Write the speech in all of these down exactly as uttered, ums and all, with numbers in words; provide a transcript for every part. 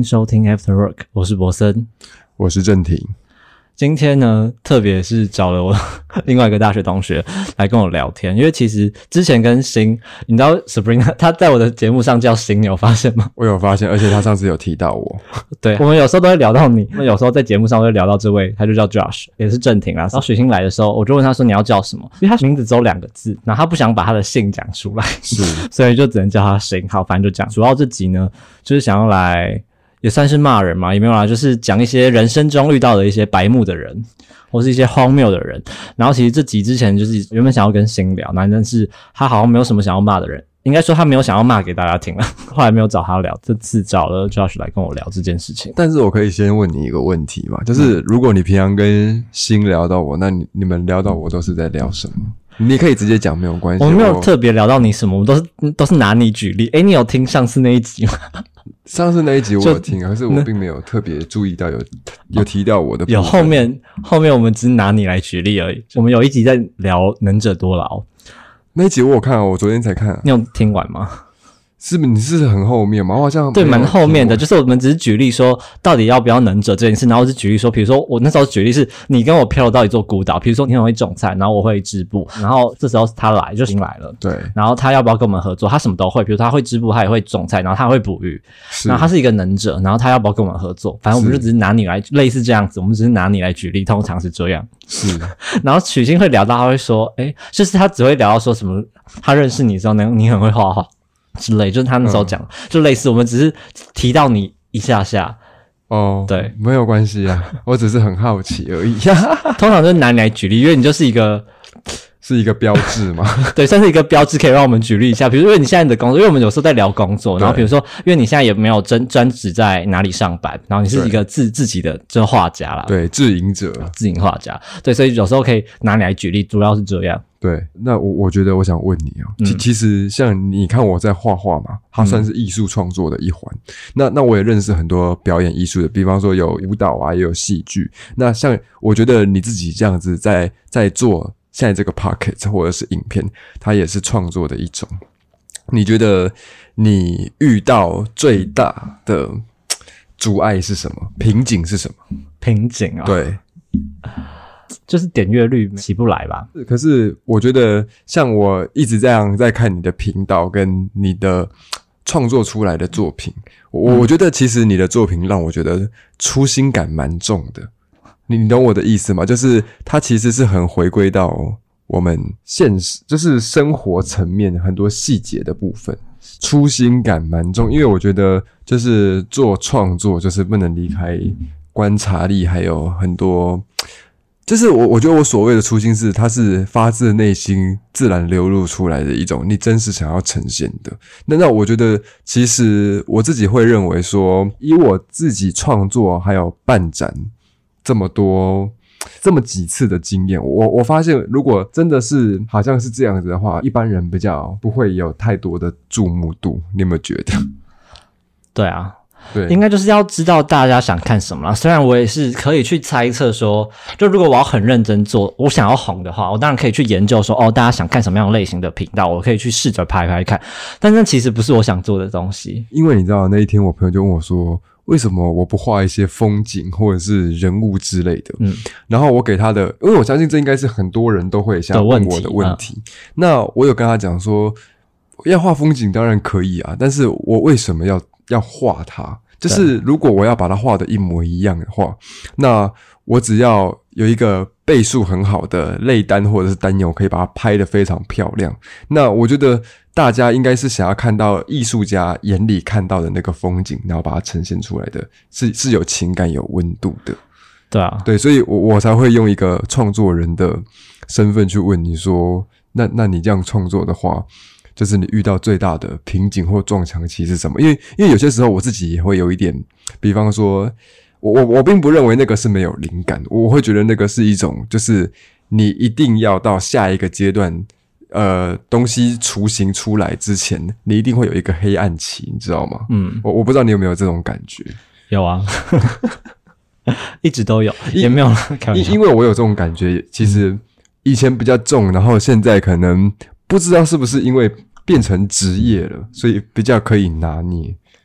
迎收听 After Work， 我是博森， 我是郑婷。 今天呢，特别是找了我另外一个大学同学来跟我聊天，因为其实之前跟星，你知道 Sabrina 她在我的节目上叫星，你有发现吗？ 我有发现，而且她上次有提到我。 对，我们有时候都会聊到你，我们有时候在节目上会聊到这位，他就叫 Josh， 也是郑婷啦。然后许昕来的时候，我就问他说你要叫什么，因为他名字只有两个字，然后他不想把他的姓讲出来， 是， 所以就只能叫他星。好，反正就讲。主要这集呢，就是想要来。也算是骂人嘛，也没有啦，就是讲一些人生中遇到的一些白目的人，或是一些荒谬的人。然后其实这集之前就是原本想要跟星聊，但是他好像没有什么想要骂的人，应该说他没有想要骂给大家听了，后来没有找他聊，这次找了 Josh 来跟我聊这件事情。 但是我可以先问你一个问题嘛，就是如果你平常跟星聊到我，那你你们聊到我都是在聊什么？你可以直接讲没有关系。 我没有特别聊到你什么，我都是都是拿你举例。诶，你有听上次那一集吗？ 上次那一集我有听，可是我并没有特别注意到有有提到我的部分。 有后面后面我们只是拿你来举例而已。我们有一集在聊能者多劳， 那一集我有看，我昨天才看、啊。 你有听完吗？ 是不是你是很后面吗？我好像对蛮后面的，就是我们只是举例说到底要不要能者这件事，然后是举例说，比如说我那时候举例是你跟我漂流到一座孤岛，比如说你很会种菜，然后我会织布，然后这时候他来就新来了， 对， 然后他要不要跟我们合作？他什么都会，比如他会织布，他也会种菜，然后他会捕鱼，然后他是一个能者，然后他要不要跟我们合作？反正我们就只是拿你来类似这样子，我们只是拿你来举例，通常是这样。 是， 然后许昕会聊到，他会说，诶，就是他只会聊到说什么，他认识你之后，你很会画画。之类，就是他那时候讲、嗯，就类似我们只是提到你一下下哦， 对， 没有关系啊，我只是很好奇而已。 通常就是拿你来举例，因为你就是一个是一个标志嘛， 对，算是一个标志，可以让我们举例一下。比如说，因为你现在的工作，因为我们有时候在聊工作，然后比如说，因为你现在也没有专专职在哪里上班，然后你是一个自自己的就是画家啦， 对，自营者， 自营画家，对，所以有时候可以拿你来举例，主要是这样。 对，那我我觉得我想问你哦、嗯，其其实像你看我在画画嘛，它算是艺术创作的一环。嗯、那那我也认识很多表演艺术的，比方说有舞蹈啊，也有戏剧。那像我觉得你自己这样子在在做现在这个 podcast 或者是影片，它也是创作的一种。你觉得你遇到最大的阻碍是什么？瓶颈是什么？ 瓶颈啊， 对。 就是点阅率起不来吧。 可是我觉得像我一直这样在看你的频道跟你的创作出来的作品，我我觉得其实你的作品让我觉得初心感蛮重的。你你懂我的意思吗？就是它其实是很回归到我们现实，就是生活层面很多细节的部分，初心感蛮重。因为我觉得就是做创作就是不能离开观察力，还有很多就是我我觉得我所谓的初心是它是发自内心自然流露出来的一种你真实想要呈现的。那那我觉得其实我自己会认为说，以我自己创作还有办展这么多这么几次的经验，我我发现如果真的是好像是这样子的话，一般人比较不会有太多的注目度。你有没有觉得？ 对啊， 对， 应该就是要知道大家想看什么啦。虽然我也是可以去猜测说，就如果我要很认真做，我想要红的话，我当然可以去研究说，哦，大家想看什么样类型的频道，我可以去试着拍拍看。但那其实不是我想做的东西。 因为你知道那一天我朋友就问我说，为什么我不画一些风景或者是人物之类的？嗯，然后我给他的，因为我相信这应该是很多人都会想问我的问题。嗯、那我有跟他讲说，要画风景当然可以啊，但是我为什么要要画它？就是如果我要把它画的一模一样的话，那我只要有一个倍数很好的类单或者是单眼，可以把它拍得非常漂亮。那我觉得大家应该是想要看到艺术家眼里看到的那个风景，然后把它呈现出来的是是有情感有温度的。 对啊， 对，所以我我才会用一个创作人的身份去问你说，那那你这样创作的话，就是你遇到最大的瓶颈或撞墙期是什么？因为因为有些时候我自己也会有一点，比方说我我我并不认为那个是没有灵感，我会觉得那个是一种就是你一定要到下一个阶段，呃，东西雏形出来之前，你一定会有一个黑暗期，你知道吗？嗯，我我不知道你有没有这种感觉。 有啊。一直都有，也没有开玩笑。 因为我有这种感觉，其实以前比较重，然后现在可能不知道是不是因为变成职业了，所以比较可以拿捏。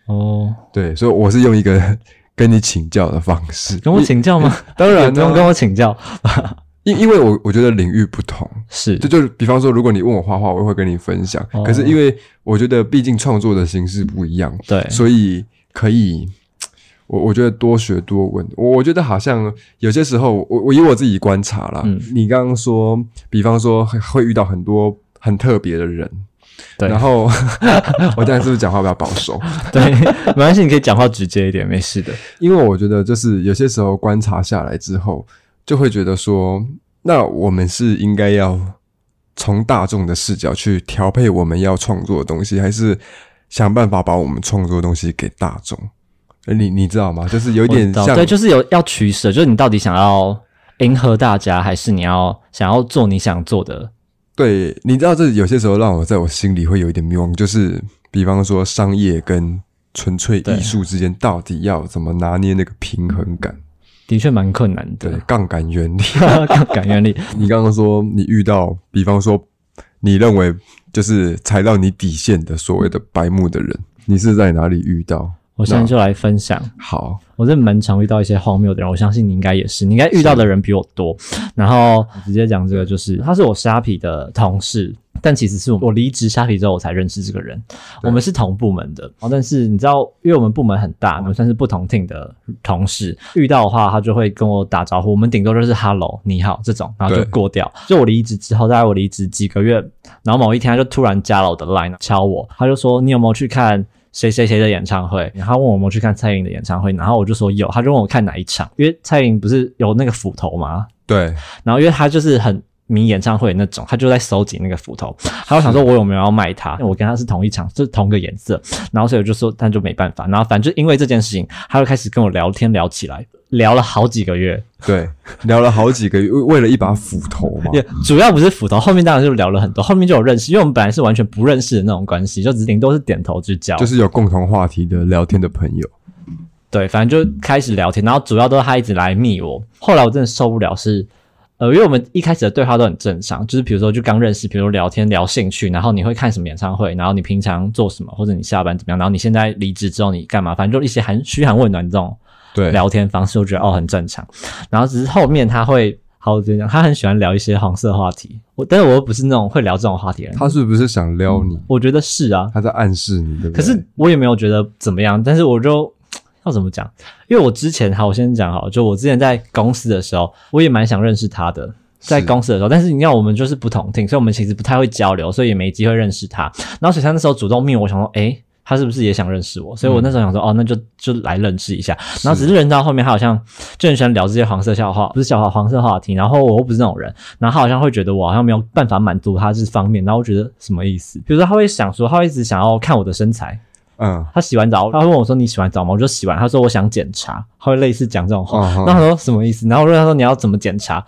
哦， 对，所以我是用一个跟你请教的方式。 跟我请教吗？ 当然、啊、 不用跟我请教。 因因为我我觉得领域不同， 是就就比方说，如果你问我画画，我会跟你分享。 哦、 可是因为我觉得，毕竟创作的形式不一样， 对， 所以可以，我我觉得多学多问。我我觉得好像有些时候，我我以我自己观察啦，嗯、你刚刚说，比方说会遇到很多很特别的人。 对， 然后我这样是不是讲话比较保守？ 对，没关系，你可以讲话直接一点，没事的。 因为我觉得，就是有些时候观察下来之后，就会觉得说，那我们是应该要从大众的视角去调配我们要创作的东西，还是想办法把我们创作的东西给大众？你你知道吗？就是有点像， 对，就是有要取舍，就是你到底想要迎合大家，还是你要想要做你想做的？ 对，你知道这有些时候让我在我心里会有一点迷惘，就是比方说商业跟纯粹艺术之间到底要怎么拿捏那个平衡感， 的确蛮困难的。 对，杠杆原理， 杠杆原理。 你刚刚说你遇到，比方说你认为就是踩到你底线的所谓的白目的人，你是在哪里遇到？ 我现在就来分享。 好， 我真的蛮常遇到一些荒谬的人，我相信你应该也是，你应该遇到的人比我多。然后直接讲这个，就是他是我虾皮的同事，但其实是我离职虾皮之后我才认识这个人，我们是同部门的。但是你知道，因为我们部门很大，我们算是不同 team 的同事，遇到的话他就会跟我打招呼，我们顶多就是 hello 你好这种，然后就过掉。就我离职之后，大概我离职几个月，然后某一天他就突然加了我的 line 敲我，他就说你有没有去看谁谁谁的演唱会，然后他问我有没有去看蔡依林的演唱会，然后我就说有，他就问我看哪一场，因为蔡依林不是有那个斧头吗？ 对， 然后因为他就是很迷演唱会那种，他就在收集那个斧头，他就想说我有没有要卖他，我跟他是同一场，就是同个颜色，然后所以我就说但就没办法，然后反正就因为这件事情他就开始跟我聊天聊起来，聊了好几个月。 对，聊了好几个月，为了一把斧头嘛。 yeah, 主要不是斧头，后面当然就聊了很多，后面就有认识，因为我们本来是完全不认识的那种关系，就只顶多是点头之交， 就是有共同话题的聊天的朋友。 对，反正就开始聊天，然后主要都是他一直来密我，后来我真的受不了是呃，因为我们一开始的对话都很正常，就是比如说就刚认识，比如说聊天聊兴趣，然后你会看什么演唱会，然后你平常做什么，或者你下班怎么样，然后你现在离职之后你干嘛，反正就一些寒嘘寒问暖这种对聊天方式，我觉得哦很正常。然后只是后面他会好怎样，他很喜欢聊一些黄色话题，我但是我又不是那种会聊这种话题的人。 他是不是想撩你？ 嗯、我觉得是啊， 他在暗示你，对不对？ 可是我也没有觉得怎么样，但是我就要怎么讲？因为我之前好，我先讲好，就我之前在公司的时候，我也蛮想认识他的。在公司的时候，但是你看我们就是不同 team， 所以我们其实不太会交流，所以也没机会认识他。然后水珊那时候主动密我，想说诶他是不是也想认识我，所以我那时候想说、嗯、哦那就就来认识一下。然后只是人到后面他好像就很喜欢聊这些黄色笑话，不是笑话黄色话题，然后我又不是那种人，然后他好像会觉得我好像没有办法满足他这方面，然后我觉得什么意思，比如说他会想说他会一直想要看我的身材，嗯，他洗完澡他会问我说你洗完澡吗？我就洗完，他说我想检查，他会类似讲这种话、uh-huh. 然后他说什么意思，然后我问他说你要怎么检查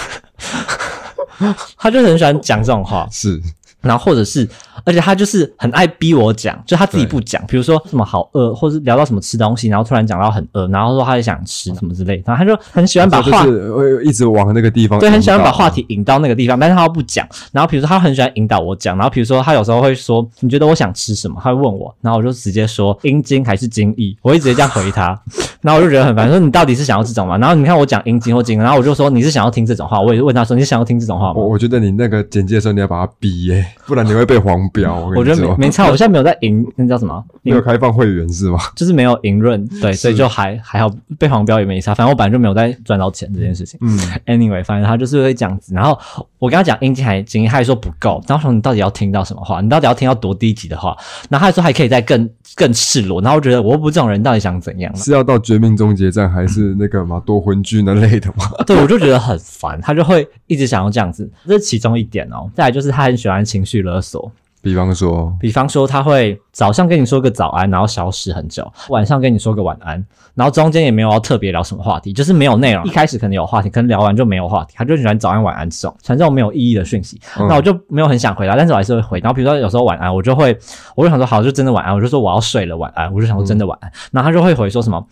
他就很喜欢讲这种话， 是， 然后或者是，而且他就是很爱逼我讲，就他自己不讲，比如说什么好饿，或是聊到什么吃东西，然后突然讲到很饿，然后说他也想吃什么之类的，然后他就很喜欢把话， 就是一直往那个地方， 对，很喜欢把话题引到那个地方，但是他又不讲。然后比如说他很喜欢引导我讲，然后比如说他有时候会说，你觉得我想吃什么？他会问我，然后我就直接说阴茎还是精液，我会直接这样回他，然后我就觉得很烦，说你到底是想要这种吗？然后你看我讲阴茎或精，然后我就说你是想要听这种话，我也问他说你是想要听这种话吗？ 我我觉得你那个简介的时候你要把它逼耶、欸，不然你会被黄标。我, 我觉得没没差，我现在没有在营，那叫什么？ 没有开放会员是吗？ 就是没有营润，对，所以就还还好，被黄标也没差。反正我本来就没有在赚到钱这件事情。嗯 ，anyway， 反正他就是会这样子。然后我跟他讲阴茎还精，他还说不够。然后说你到底要听到什么话？你到底要听到多低级的话？然后他还说还可以再更更赤裸。然后我觉得我又不是这种人，到底想怎样？ 是要到绝命终结站还是那个嘛夺魂锯那类的吗？ 对，我就觉得很烦，他就会一直想要这样子，这是其中一点哦。再来就是他很喜欢情绪勒索。 比方说， 比方说他会早上跟你说个早安，然后消失很久，晚上跟你说个晚安，然后中间也没有要特别聊什么话题，就是没有内容。一开始可能有话题，可能聊完就没有话题，他就喜欢早安晚安这种，传这种没有意义的讯息、嗯、那我就没有很想回答，但是我还是会回。然后比如说有时候晚安，我就会我就想说好就真的晚安，我就说我要睡了晚安，我就想说真的晚安、嗯、然后他就会回说什么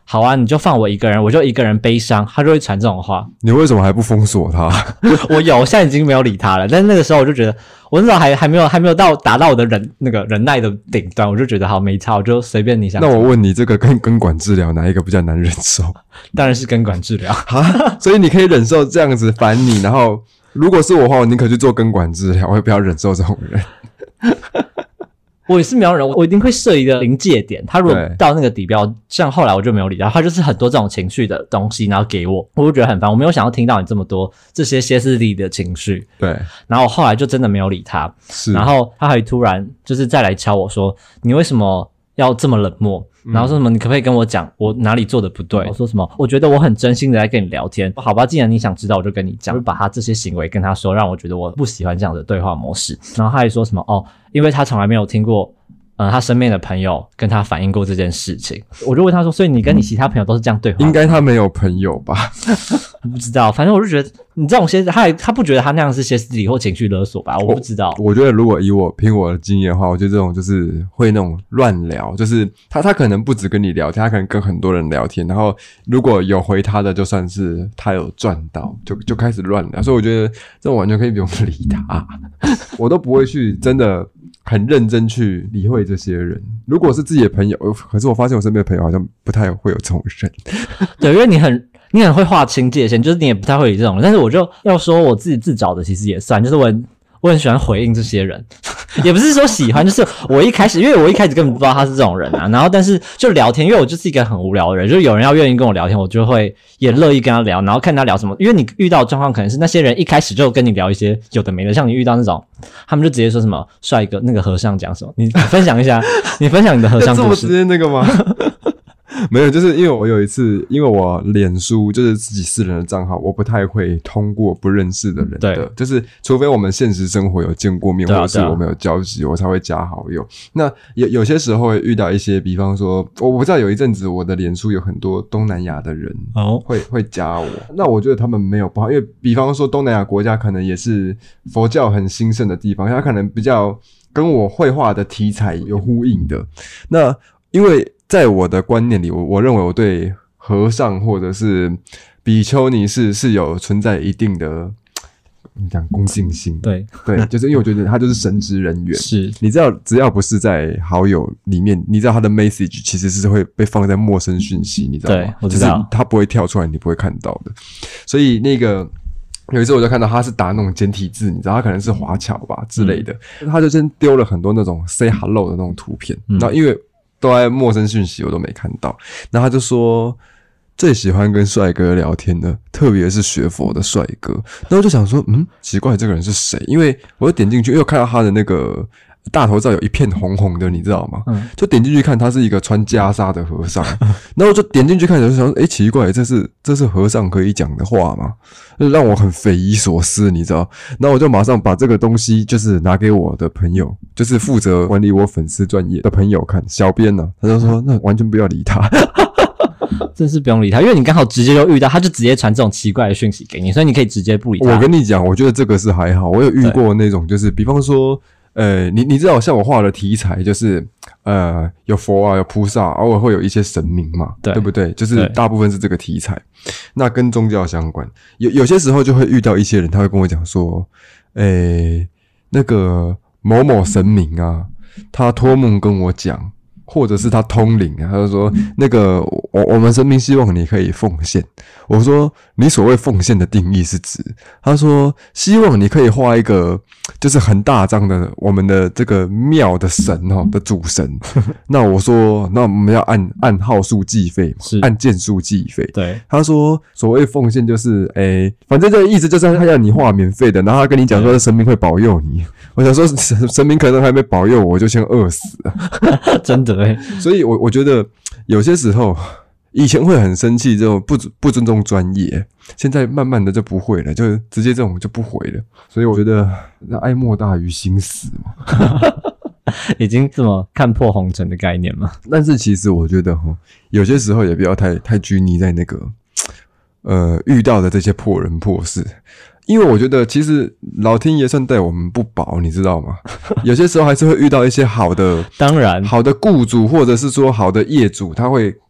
好啊，你就放我一个人，我就一个人悲伤，他就会传这种话。 你为什么还不封锁他？ 我有，我现在已经没有理他了。但是那个时候我就觉得，我那时候还还没有还没有到达到我的忍那个忍耐的顶端，我就觉得好没差，我就随便你想。 那我问你，这个跟根管治疗哪一个比较难忍受？ 当然是根管治疗啊，所以你可以忍受这样子烦你，然后如果是我的话，我宁可去做根管治疗，我会不要忍受这种人。 我也是没有人，我一定会设一个临界点。他如果到那个底标，像后来我就没有理他，他就是很多这种情绪的东西，然后给我，我就觉得很烦。我没有想要听到你这么多这些歇斯底里的情绪。 对， 然后我后来就真的没有理他。 是， 然后他还突然就是再来敲我说：“你为什么要这么冷漠？”然后说什么？你可不可以跟我讲我哪里做的不对？我说什么？我觉得我很真心的在跟你聊天。好吧，既然你想知道，我就跟你讲，就把他这些行为跟他说，让我觉得我不喜欢这样的对话模式。然后他还说什么？哦，因为他从来没有听过。呃，他身边的朋友跟他反映过这件事情，我就问他说：“所以你跟你其他朋友都是这样对话？” 应该他没有朋友吧？ 我不知道，反正我就觉得你这种歇，他还他不觉得他那样是歇斯底里或情绪勒索吧？我不知道。 我, 我觉得如果以我凭我的经验的话，我觉得这种就是会那种乱聊，就是他他可能不只跟你聊天，他可能跟很多人聊天，然后如果有回他的，就算是他有赚到，就就开始乱聊。所以我觉得这种完全可以不用理他，我都不会去真的。很认真去理会这些人，如果是自己的朋友，可是我发现我身边的朋友好像不太会有这种人。 对，因为你很你很会划清界限，就是你也不太会理这种人。但是我就要说我自己自找的，其实也算，就是我很我很喜欢回应这些人，也不是说喜欢，就是我一开始，因为我一开始根本不知道他是这种人啊，然后但是就聊天，因为我就是一个很无聊的人，就是有人要愿意跟我聊天，我就会也乐意跟他聊，然后看他聊什么。因为你遇到的状况可能是那些人一开始就跟你聊一些有的没的，像你遇到那种，他们就直接说什么帅哥那个和尚讲什么，你分享一下，你分享你的和尚故事。 这么直接那个吗？没有，就是因为我有一次，因为我脸书就是自己私人的账号，我不太会通过不认识的人的， 对， 就是除非我们现实生活有见过面， 对啊、 或者是我们有交集，我才会加好友。那有有些时候会遇到一些，比方说，我不知道有一阵子我的脸书有很多东南亚的人哦， 会会加我，那我觉得他们没有不好，因为比方说东南亚国家可能也是佛教很兴盛的地方，他可能比较跟我绘画的题材有呼应的。那因为在我的观念里，我我认为我对和尚或者是比丘尼是是有存在一定的你讲恭敬心， 对对，就是因为我觉得他就是神职人员， 是你知道，只要不是在好友里面，你知道他的 message 其实是会被放在陌生讯息，你知道吗？ 对，我知道， 就是他不会跳出来，你不会看到的。所以那个有一次我就看到他是打那种简体字，你知道他可能是华侨吧之类的，嗯、他就先丢了很多那种 say hello 的那种图片，嗯、然后因为都在陌生讯息，我都没看到。然后他就说最喜欢跟帅哥聊天的，特别是学佛的帅哥。然后我就想说，嗯，奇怪，这个人是谁？因为我就点进去，因为我看到他的那个大头照有一片红红的，你知道吗？嗯，就点进去看，他是一个穿袈裟的和尚。然后我就点进去看，就想说，诶，奇怪，这是这是和尚可以讲的话吗？让我很匪夷所思，你知道？然后我就马上把这个东西就是拿给我的朋友，就是负责管理我粉丝专页的朋友看，小编呢、啊，他就说那完全不要理他。 真是不用理他，因为你刚好直接就遇到，他就直接传这种奇怪的讯息给你，所以你可以直接不理他。 我跟你讲，我觉得这个是还好，我有遇过那种，就是比方说，呃，你你知道，像我画的题材就是呃有佛啊，有菩萨，偶尔会有一些神明嘛， 对, 对不对？就是大部分是这个题材，那跟宗教相关。有有些时候就会遇到一些人，他会跟我讲说，诶，那个某某神明啊，他托梦跟我讲。或者是他通灵啊，他就说那个我我们神明希望你可以奉献。我说你所谓奉献的定义是指？他说希望你可以画一个就是很大张的我们的这个庙的神齁的主神。那我说那我们要按按号数计费嘛，是按件数计费。 对， 他说所谓奉献就是诶，反正这个意思就是他要你画免费的，然后他跟你讲说神明会保佑你。我想说神神明可能还没保佑我就先饿死了。 真的。对， 所以我我觉得有些时候以前会很生气，这种不不尊重专业，现在慢慢的就不会了，就直接这种就不回了。所以我觉得爱莫大于心死嘛， 已经这么看破红尘的概念嘛。 但是其实我觉得齁，有些时候也不要太太拘泥在那个呃遇到的这些破人破事。因为我觉得其实老天爷算待我们不薄，你知道吗？有些时候还是会遇到一些好的， 当然好的雇主或者是说好的业主，他会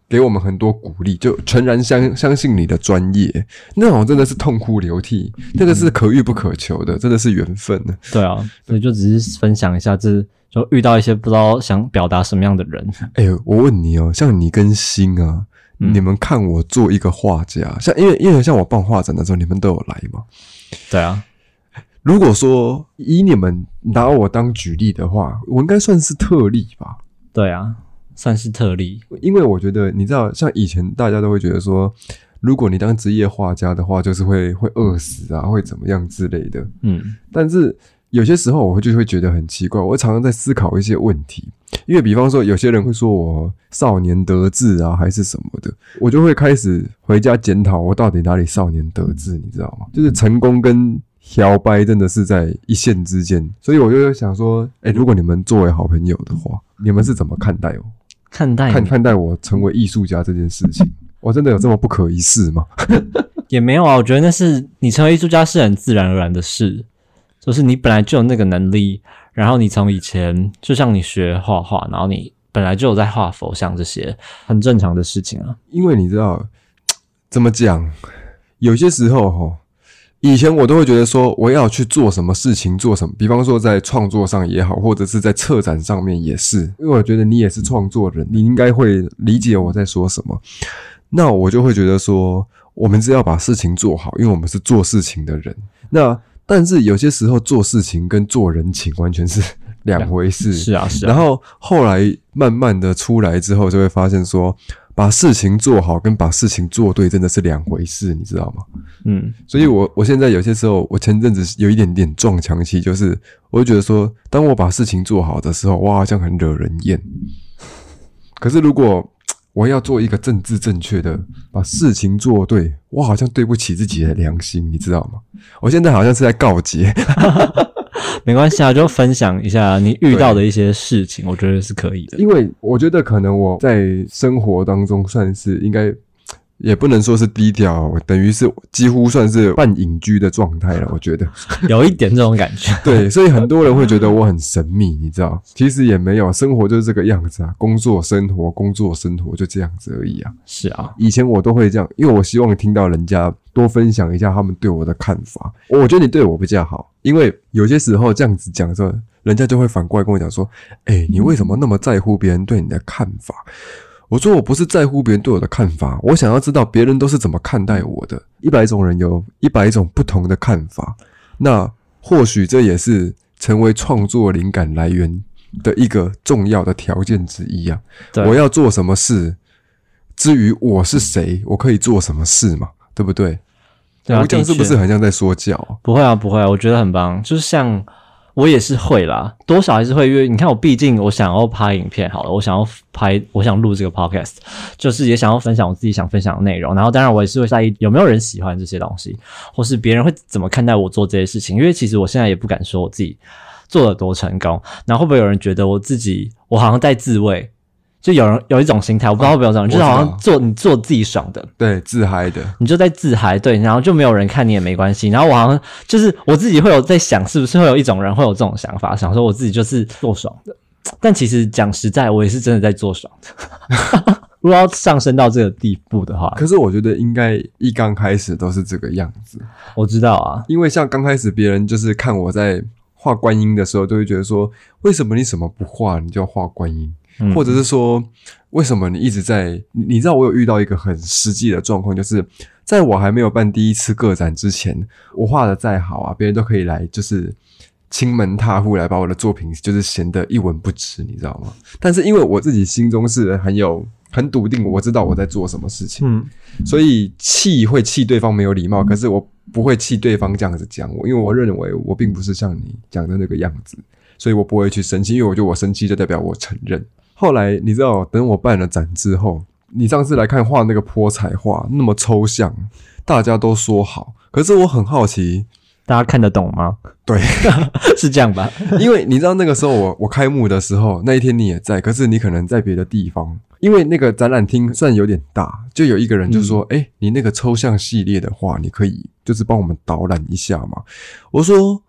给我们很多鼓励，就全然相相信你的专业，那种真的是痛哭流涕，那个是可遇不可求的，真的是缘分呢。 对啊，所以就只是分享一下，这就遇到一些不知道想表达什么样的人。 哎、欸，我问你哦，像你跟星啊，嗯、你们看我做一个画家，像因为因为像我办画展的时候，你们都有来嘛？ 对啊。 如果说以你们拿我当举例的话，我应该算是特例吧？ 对啊，算是特例。 因为我觉得，你知道，像以前大家都会觉得说，如果你当职业画家的话，就是会会饿死啊，会怎么样之类的。嗯，但是有些时候我就会觉得很奇怪，我常常在思考一些问题。因为比方说，有些人会说我少年得志啊，还是什么的，我就会开始回家检讨我到底哪里少年得志，你知道吗？就是成功跟摇摆真的是在一线之间，所以我就想说，哎、欸，如果你们作为好朋友的话，你们是怎么看待我？ 看待看看待我成为艺术家这件事情，我真的有这么不可一世吗？ 也没有啊，我觉得那是你成为艺术家是很自然而然的事，就是你本来就有那个能力，然后你从以前就像你学画画，然后你本来就有在画佛像这些很正常的事情啊。 因为你知道怎么讲，有些时候齁。以前我都会觉得说我要去做什么事情做什么，比方说在创作上也好，或者是在策展上面也是，因为我觉得你也是创作人，你应该会理解我在说什么。那我就会觉得说我们是要把事情做好，因为我们是做事情的人。那但是有些时候做事情跟做人情完全是两回事。 是啊是啊。 然后后来慢慢的出来之后，就会发现说把事情做好跟把事情做对真的是两回事，你知道吗？嗯，所以我我现在有些时候，我前阵子有一点点撞墙期，就是我会觉得说，当我把事情做好的时候，哇，好像很惹人厌。可是如果我要做一个政治正确的，把事情做对，我好像对不起自己的良心，你知道吗？我现在好像是在告诫。 没关系啊，就分享一下你遇到的一些事情，我觉得是可以的。 因为我觉得可能我在生活当中算是应该也不能说是低调，等于是几乎算是半隐居的状态了，我觉得有一点这种感觉。 对，所以很多人会觉得我很神秘，你知道，其实也没有，生活就是这个样子啊，工作生活工作生活就这样子而已啊。 是啊， 以前我都会这样，因为我希望听到人家多分享一下他们对我的看法。我觉得你对我比较好，因为有些时候这样子讲的时候，人家就会反过来跟我讲说，欸，你为什么那么在乎别人对你的看法？我说我不是在乎别人对我的看法，我想要知道别人都是怎么看待我的。一百种人有一百种不同的看法，那或许这也是成为创作灵感来源的一个重要的条件之一啊。我要做什么事，至于我是谁，我可以做什么事嘛，对不对？对啊，我讲是不是很像在说教啊？ 不会啊，不会啊，我觉得很棒。就是像我也是会啦，多少还是会，因为你看我毕竟我想要拍影片好了，我想要拍，我想录这个 podcast， 就是也想要分享我自己想分享的内容，然后当然我也是会在意有没有人喜欢这些东西，或是别人会怎么看待我做这些事情，因为其实我现在也不敢说我自己做得多成功，然后会不会有人觉得我自己我好像在自慰，就有人有一种心态，我不知道会不会有这种，就是好像做你做自己爽的， 对，自嗨的， 你就在自嗨，对，然后就没有人看你也没关系。然后我好像就是我自己会有在想，是不是会有一种人会有这种想法，想说我自己就是做爽的，但其实讲实在，我也是真的在做爽的。如果要上升到这个地步的话， 可是我觉得应该一刚开始都是这个样子。 我知道啊，因为像刚开始别人就是看我在画观音的时候，都会觉得说，为什么你什么不画，你就要画观音？嗯、或者是说，为什么你一直在？你知道我有遇到一个很实际的状况，就是在我还没有办第一次个展之前，我画的再好啊，别人都可以来，就是亲门踏户来把我的作品就是嫌得一文不值，你知道吗？但是因为我自己心中是很有很笃定，我知道我在做什么事情，嗯，所以气会气对方没有礼貌，可是我不会气对方这样子讲我，因为我认为我并不是像你讲的那个样子，所以我不会去生气，因为我觉得我生气就代表我承认。后来你知道，等我办了展之后，你上次来看画那个泼彩画那么抽象，大家都说好，可是我很好奇， 大家看得懂吗？ 对， 是这样吧？ 因为你知道那个时候我我开幕的时候，那一天你也在，可是你可能在别的地方，因为那个展览厅算有点大，就有一个人就说：“哎、嗯欸，你那个抽象系列的话，你可以就是帮我们导览一下嘛。”我说：“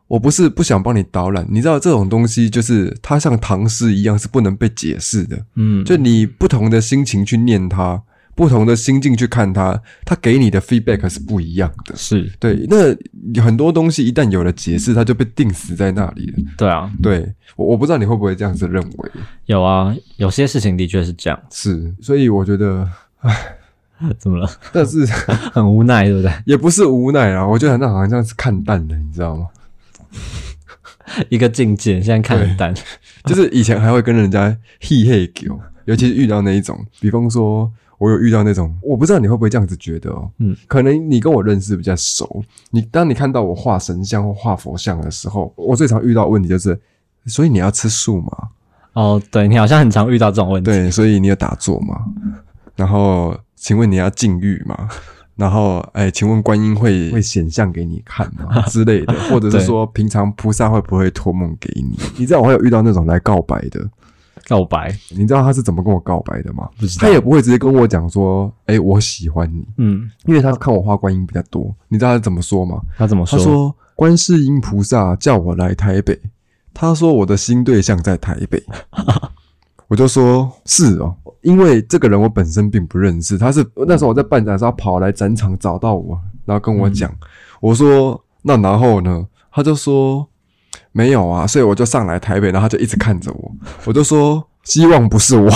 我不是不想帮你导览，你知道这种东西就是它像唐诗一样是不能被解释的。嗯，就你不同的心情去念它，不同的心境去看它，它给你的 feedback 是不一样的。 是， 对，那很多东西一旦有了解释，它就被定死在那里了。 对啊， 对，我我不知道你会不会这样子认为。 有啊，有些事情的确是这样。 是，所以我觉得，唉。 怎么了？ 但是很无奈，对不对？ 也不是无奈啦，我觉得那好像是看淡了，你知道吗？ 一个境界，现在看很淡。 就是以前还会跟人家嘿嘿狗，尤其是遇到那一种，比方说我有遇到那种，我不知道你会不会这样子觉得哦。嗯，可能你跟我认识比较熟，你当你看到我画神像或画佛像的时候，我最常遇到的问题就是，所以你要吃素吗？ 哦，对，你好像很常遇到这种问题。 对，所以你有打坐吗？然后。请问你要禁欲吗？然后，哎，请问观音会会显像给你看吗？之类的，或者是说，平常菩萨会不会托梦给你？你知道我会有遇到那种来告白的， 告白， 你知道他是怎么跟我告白的吗？ 不知道， 他也不会直接跟我讲说，哎，我喜欢你，嗯，因为他看我画观音比较多。你知道他怎么说吗？ 他怎么说？ 他说，观世音菩萨叫我来台北，他说我的新对象在台北。我就说是哦，因为这个人我本身并不认识，他是那时候我在办展的时候跑来展场找到我，然后跟我讲，嗯、我说那然后呢？他就说没有啊，所以我就上来台北，然后他就一直看着我，我就说希望不是我，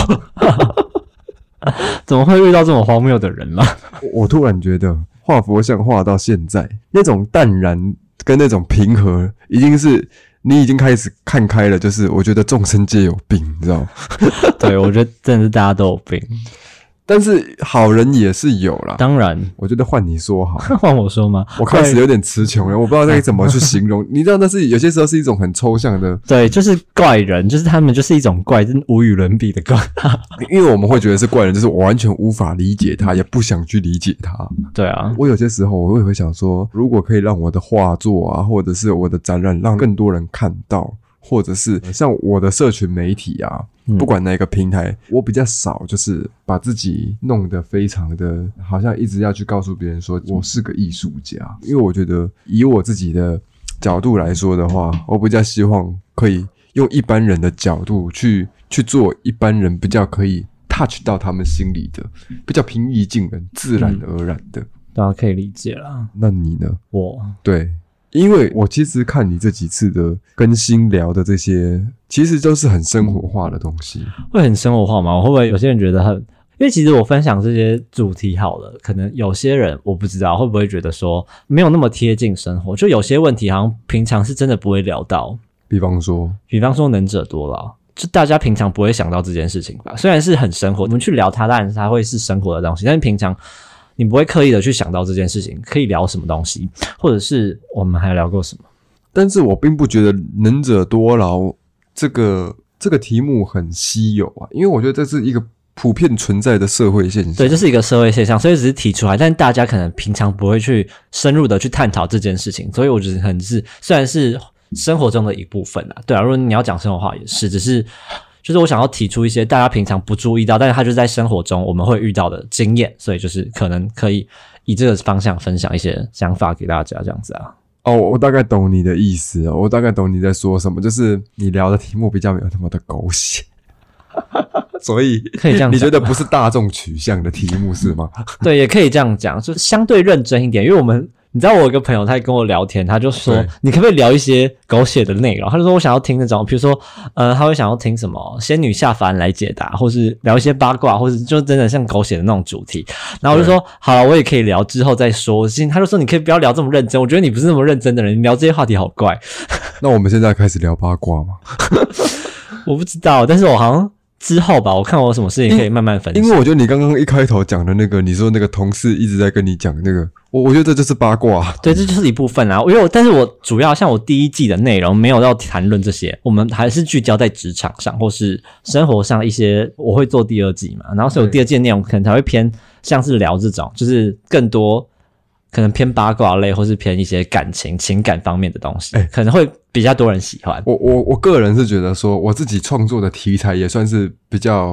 怎么会遇到这么荒谬的人呢？ 我突然觉得画佛像画到现在，那种淡然跟那种平和，已经是。你已经开始看开了，就是我觉得众生皆有病，你知道吗？ 对，我觉得真的是大家都有病， 但是好人也是有啦。 当然， 我觉得换你说好， 换我说吗？ 我开始有点词穷了，我不知道该怎么去形容。你知道，那是有些时候是一种很抽象的， 对，就是怪人，就是他们就是一种怪，真无与伦比的怪。 因为我们会觉得是怪人，就是我完全无法理解他，也不想去理解他。 对啊， 我有些时候我也会想说，如果可以让我的画作啊，或者是我的展览，让更多人看到。或者是像我的社群媒体啊，不管哪个平台，我比较少就是把自己弄得非常的好像一直要去告诉别人说我是个艺术家，因为我觉得以我自己的角度来说的话，我比较希望可以用一般人的角度去去做一般人比较可以 touch 到他们心里的，比较平易近人、自然而然的。 大家可以理解啦。 那你呢？ 我对。因为我其实看你这几次的更新聊的这些，其实都是很生活化的东西。 会很生活化吗？我会不会有些人觉得很？因为其实我分享这些主题好了，可能有些人我不知道会不会觉得说没有那么贴近生活，就有些问题好像平常是真的不会聊到。 比方说， 比方说能者多劳，就大家平常不会想到这件事情吧？虽然是很生活，我们去聊它，当然它会是生活的东西，但是平常。你不会刻意的去想到这件事情可以聊什么东西，或者是我们还聊过什么。 但是我并不觉得能者多劳这个这个题目很稀有啊，因为我觉得这是一个普遍存在的社会现象。 对，这是一个社会现象，所以只是提出来，但大家可能平常不会去深入的去探讨这件事情，所以我觉得可能是虽然是生活中的一部分啊，对啊，如果你要讲生活化也是，只是就是我想要提出一些大家平常不注意到，但是它就在生活中我们会遇到的经验，所以就是可能可以以这个方向分享一些想法给大家这样子啊。 哦，我大概懂你的意思哦，我大概懂你在说什么，就是你聊的题目比较没有那么的狗血。所以可以这样讲， 你觉得不是大众取向的题目是吗？ 对，也可以这样讲，就相对认真一点，因为我们你知道我有一个朋友他跟我聊天，他就说你可不可以聊一些狗血的内容，他就说我想要听那种比如说呃他会想要听什么仙女下凡来解答，或是聊一些八卦，或是就真的像狗血的那种主题，然后我就说好了，我也可以聊，之后再说。他就说你可以不要聊这么认真，我觉得你不是那么认真的人，你聊这些话题好怪。 那我们现在开始聊八卦吗？ 我不知道，但是我好像之后吧，我看我有什么事情可以慢慢分享。 因为我觉得你刚刚一开头讲的那个，你说那个同事一直在跟你讲那个，我我觉得这就是八卦。 对，这就是一部分啊。因为我但是我主要像我第一季的内容没有要谈论这些，我们还是聚焦在职场上或是生活上一些。我会做第二季嘛，然后所以我第二季的内容可能才会偏像是聊这种，就是更多可能偏八卦类，或是偏一些感情情感方面的东西，欸、可能会比较多人喜欢。 我我我个人是觉得说，我自己创作的题材也算是比较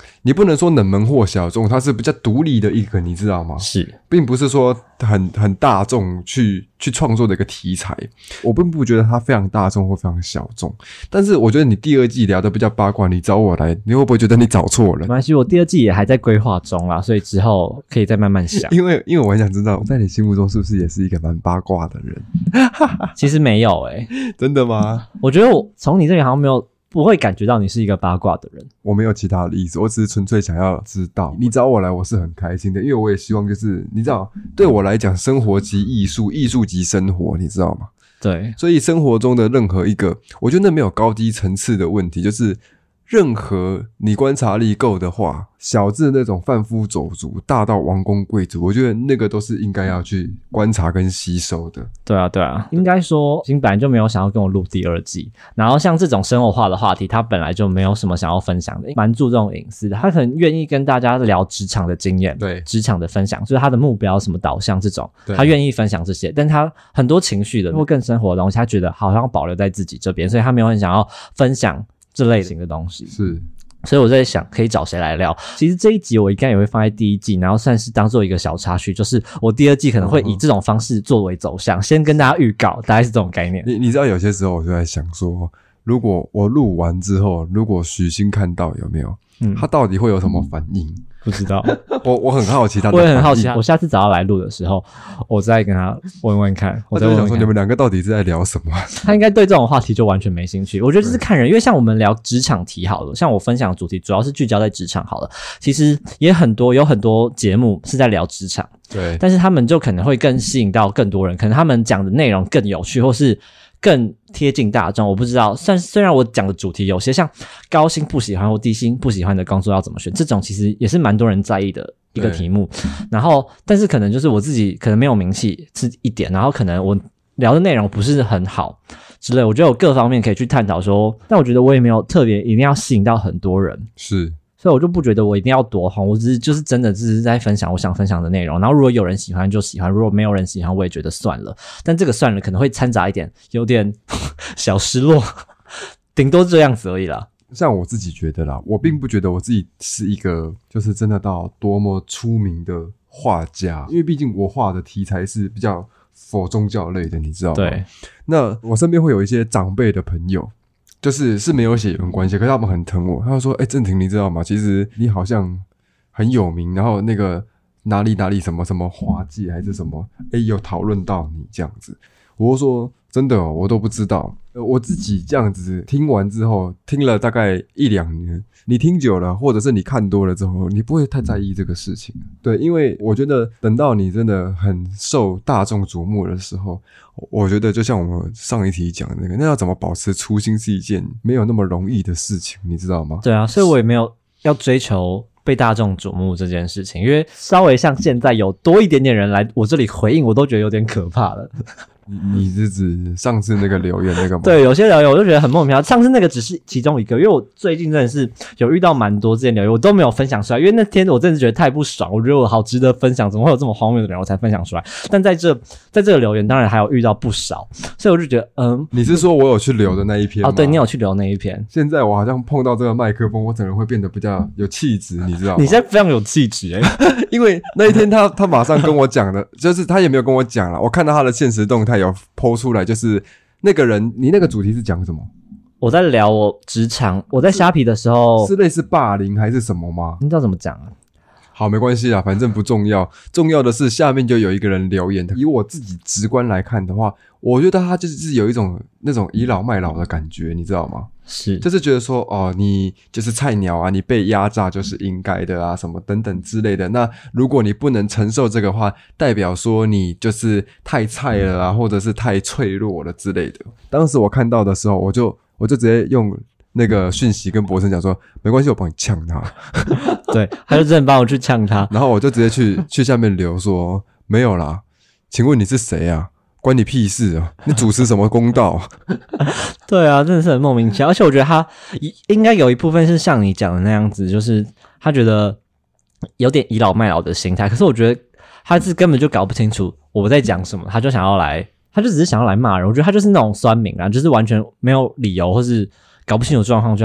你不能说冷门或小众，它是比较独立的一个，你知道吗？ 是， 并不是说很很大众去去创作的一个题材，我并不觉得它非常大众或非常小众。但是我觉得你第二季聊的比较八卦，你找我来，你会不会觉得你找错人？ 没关系，我第二季也还在规划中啦，所以之后可以再慢慢想。 因为因为我很想知道，在你心目中是不是也是一个蛮八卦的人？ 其实没有诶、欸， 真的吗？ 我觉得我从你这里好像没有。不会感觉到你是一个八卦的人， 我没有其他的意思，我只是纯粹想要知道。你找我来，我是很开心的，因为我也希望就是你知道，对我来讲，生活即艺术，艺术即生活，你知道吗？ 对， 所以生活中的任何一个，我觉得那没有高低层次的问题，就是任何你观察力够的话，小至那种贩夫走卒，大到王公贵族，我觉得那个都是应该要去观察跟吸收的。 对啊对啊，应该说金本来就没有想要跟我录第二季，然后像这种生活化的话题他本来就没有什么想要分享的，蛮注重隐私的，他可能愿意跟大家聊职场的经验， 对， 职场的分享，就是他的目标什么导向这种，他愿意分享这些，但他很多情绪的或更生活的东西他觉得好像保留在自己这边，所以他没有很想要分享这类型的东西。 是， 所以我在想可以找谁来聊。其实这一集我应该也会放在第一季，然后算是当做一个小插曲，就是我第二季可能会以这种方式作为走向，先跟大家预告，大概是这种概念。 你你知道有些时候我就在想说，如果我录完之后，如果许昕看到有没有，嗯，他到底会有什么反应？ 不知道， 我我很好奇他的， 我也很好奇，我下次找他来录的时候，我再跟他问问看。我在想说你们两个到底是在聊什么？ 他应该对这种话题就完全没兴趣。我觉得这是看人，因为像我们聊职场题好了，像我分享的主题主要是聚焦在职场好了，其实也很多有很多节目是在聊职场， 对， 但是他们就可能会更吸引到更多人，可能他们讲的内容更有趣，或是更贴近大众。我不知道，虽虽然我讲的主题有些像高薪不喜欢或低薪不喜欢的工作要怎么选，这种其实也是蛮多人在意的一个题目。然后，但是可能就是我自己可能没有名气是一点，然后可能我聊的内容不是很好之类，我觉得有各方面可以去探讨说，但我觉得我也没有特别一定要吸引到很多人， 是。 所以我就不觉得我一定要多红，我只是就是真的只是在分享我想分享的内容，然后如果有人喜欢就喜欢，如果没有人喜欢我也觉得算了，但这个算了可能会掺杂一点有点小失落，顶多这样子而已啦。 像我自己觉得啦，我并不觉得我自己是一个就是真的到多么出名的画家，因为毕竟我画的题材是比较佛宗教类的，你知道吗？ 对。 那我身边会有一些长辈的朋友，就是是没有血缘关系，可是他们很疼我。他就说：“哎、欸，郑婷，你知道吗？其实你好像很有名，然后那个哪里哪里什么什么华界还是什么，哎、欸，有讨论到你这样子。”我就说：“真的哦，我都不知道。呃，我自己这样子听完之后，听了大概一两年，你听久了，或者是你看多了之后，你不会太在意这个事情。对，因为我觉得等到你真的很受大众瞩目的时候，我觉得就像我们上一题讲的那个，那要怎么保持初心是一件没有那么容易的事情，你知道吗？ 对啊，所以我也没有要追求被大众瞩目这件事情，因为稍微像现在有多一点点人来我这里回应，我都觉得有点可怕了。 你你是指上次那个留言那个吗？ 对，有些留言我就觉得很莫名其妙。上次那个只是其中一个，因为我最近真的是有遇到蛮多这些留言，我都没有分享出来，因为那天我真的是觉得太不爽，我觉得我好值得分享，怎么会有这么荒谬的人，我才分享出来。但在这在这个留言，当然还有遇到不少，所以我就觉得，嗯， 你是说我有去留的那一篇吗？ 哦，对，你有去留那一篇。 现在我好像碰到这个麦克风，我整个人会变得比较有气质，你知道吗？ 你现在非常有气质诶、欸， 因为那一天他他马上跟我讲的，就是他也没有跟我讲啦，我看到他的限时动态有 po 出来。就是那个人，你那个主题是讲什么？ 我在聊我职场，我在虾皮的时候是, 是类似霸凌还是什么吗？ 你知道怎么讲啊？ 好，没关系啦，反正不重要。重要的是下面就有一个人留言，以我自己直观来看的话，我觉得他就是有一种那种倚老卖老的感觉，你知道吗？ 是， 就是觉得说，哦，你就是菜鸟啊，你被压榨就是应该的啊，什么等等之类的。那如果你不能承受这个话，代表说你就是太菜了啊，或者是太脆弱了之类的。当时我看到的时候，我就我就直接用那个讯息跟博生讲说，没关系，我帮你呛他。 对，他就真的帮我去呛他， 然后我就直接去去下面留说，没有啦，请问你是谁啊？关你屁事啊！你主持什么公道啊？ 对啊，真的是很莫名其妙。而且我觉得他应该有一部分是像你讲的那样子，就是他觉得有点倚老卖老的心态。可是我觉得他是根本就搞不清楚我在讲什么，他就想要来，他就只是想要来骂人。我觉得他就是那种酸民啊，就是完全没有理由或是搞不清楚状况就要来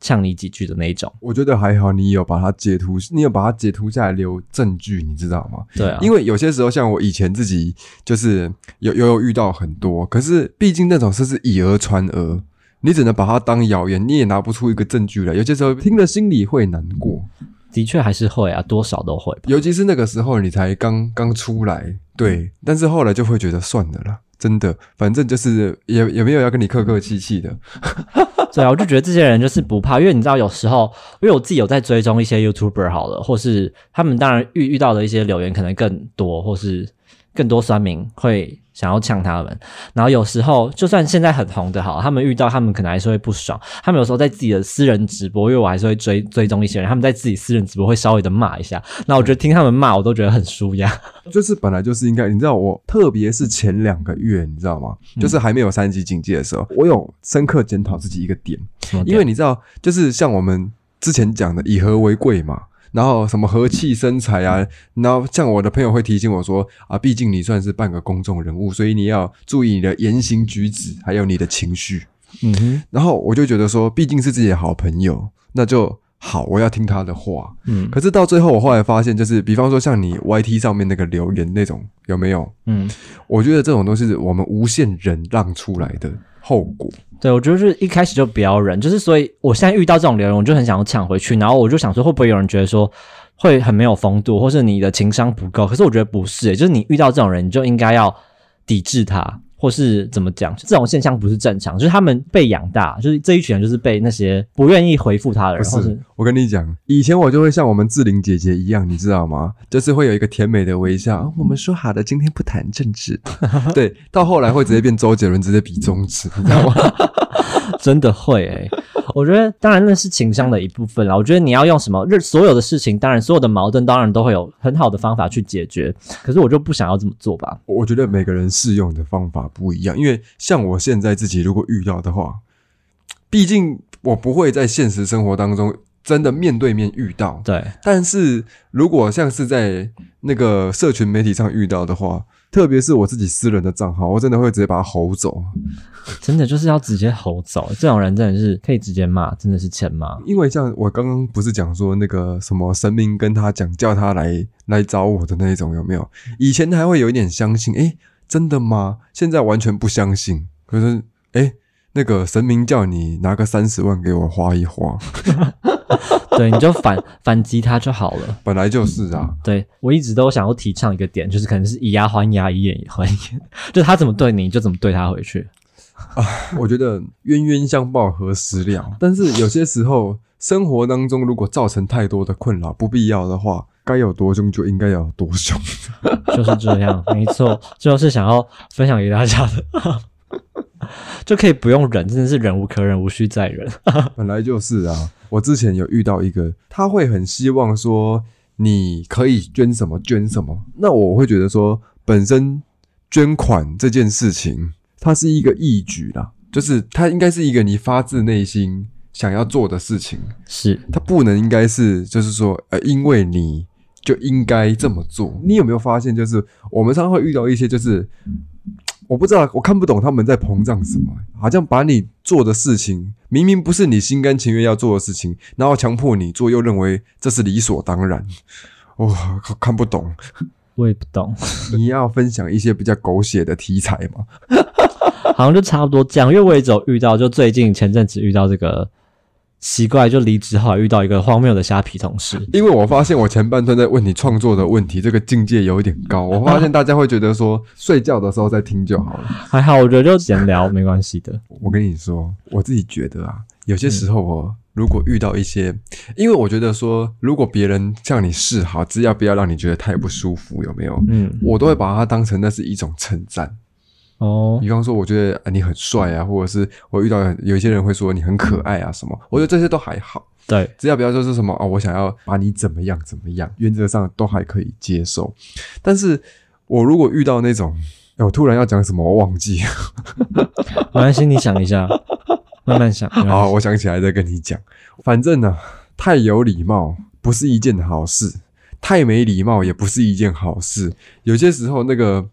呛你几句的那一种。 我觉得还好，你有把它截图，你有把它截图下来留证据，你知道吗？ 对啊， 因为有些时候像我以前自己就是有有有遇到很多，可是毕竟那种事是以讹传讹，你只能把它当谣言，你也拿不出一个证据来，有些时候听了心里会难过。 的确还是会啊，多少都会吧， 尤其是那个时候你才刚刚出来，对，但是后来就会觉得算了啦，真的，反正就是也也没有要跟你客客气气的。 对啊，我就觉得这些人就是不怕，因为你知道有时候，因为我自己有在追踪一些 YouTuber 好了，或是他们当然遇遇到的一些留言可能更多，或是更多酸民会想要呛他们，然后有时候就算现在很红的好，他们遇到他们可能还是会不爽，他们有时候在自己的私人直播，因为我还是会追追踪一些人，他们在自己私人直播会稍微的骂一下，那我觉得听他们骂我都觉得很舒压。 就是本来就是应该，你知道我特别是前两个月你知道吗、嗯、就是还没有三级警戒的时候，我有深刻检讨自己一个点，因为你知道就是像我们之前讲的以和为贵嘛，然后什么和气生财啊，然后像我的朋友会提醒我说啊，毕竟你算是半个公众人物，所以你要注意你的言行举止还有你的情绪。嗯哼，然后我就觉得说毕竟是自己的好朋友，那就好，我要听他的话。嗯，可是到最后我后来发现，就是比方说像你 Y T 上面那个留言那种有没有？嗯，我觉得这种都是我们无限忍让出来的后果。 对，我觉得就是一开始就不要忍，就是所以我现在遇到这种留言，我就很想要抢回去，然后我就想说会不会有人觉得说会很没有风度，或是你的情商不够，可是我觉得不是、欸，就是你遇到这种人，你就应该要抵制他，或是怎么讲，这种现象不是正常，就是他们被养大，就是这一群人就是被那些不愿意回复他的人。 不是，我跟你讲，以前我就会像我们志玲姐姐一样，你知道吗？就是会有一个甜美的微笑，哦、我们说好的今天不谈政治，对，到后来会直接变周杰伦，直接比中指，你知道吗？ 真的会诶、欸，我觉得当然那是情商的一部分啦。我觉得你要用什么，所有的事情，当然所有的矛盾，当然都会有很好的方法去解决。可是我就不想要这么做吧。 我觉得每个人适用的方法不一样，因为像我现在自己如果遇到的话，毕竟我不会在现实生活当中真的面对面遇到， 对。 但是如果像是在那个社群媒体上遇到的话，特别是我自己私人的账号，我真的会直接把他吼走。 真的就是要直接吼走，这种人真的是可以直接骂，真的是欠骂。 因为像我刚刚不是讲说那个什么神明跟他讲叫他来来找我的那一种有没有？以前还会有一点相信，诶，真的吗？现在完全不相信。可是诶，那个神明叫你拿个三十万给我花一花。 对，你就反反击他就好了。 本来就是啊。 对，我一直都想要提倡一个点，就是可能是以牙还牙，以眼还眼，就是他怎么对你，就怎么对他回去。 啊，我觉得冤冤相报何时了？但是有些时候，生活当中如果造成太多的困扰，不必要的话，该有多凶就应该要有多凶。 就是这样，没错，这就是想要分享给大家的。就可以不用忍，真的是忍无可忍，无需再忍。 本来就是啊，我之前有遇到一个，他会很希望说你可以捐什么捐什么，那我会觉得说，本身捐款这件事情，它是一个义举啦，就是它应该是一个你发自内心想要做的事情， 是它不能应该是就是说，呃，因为你就应该这么做。你有没有发现，就是我们常常会遇到一些就是。我不知道，我看不懂他们在膨胀什么，好像把你做的事情明明不是你心甘情愿要做的事情，然後强迫你做，又认为这是理所当然。哇、哦，看不懂。 我也不懂。 你要分享一些比较狗血的题材吗？ 好像就差不多这样，因为我也只有遇到，就最近前阵子遇到这个。奇怪，就离职后遇到一个荒谬的虾皮同事。 因为我发现我前半段在问你创作的问题，这个境界有一点高。我发现大家会觉得说，睡觉的时候再听就好了。 还好，我觉得就闲聊没关系的。 我跟你说，我自己觉得啊，有些时候我如果遇到一些，嗯、因为我觉得说，如果别人向你示好，只要不要让你觉得太不舒服，有没有？嗯，我都会把它当成那是一种称赞。哦，比方说我觉得、啊、你很帅啊，或者是我遇到有一些人会说你很可爱啊什么，我觉得这些都还好， 对， 只要不要说是什么、哦、我想要把你怎么样怎么样，原则上都还可以接受。但是我如果遇到那种、欸、我突然要讲什么我忘记没关系，你想一下慢慢想。 好，我想起来再跟你讲。反正呢、啊，太有礼貌不是一件好事，太没礼貌也不是一件好事。有些时候那个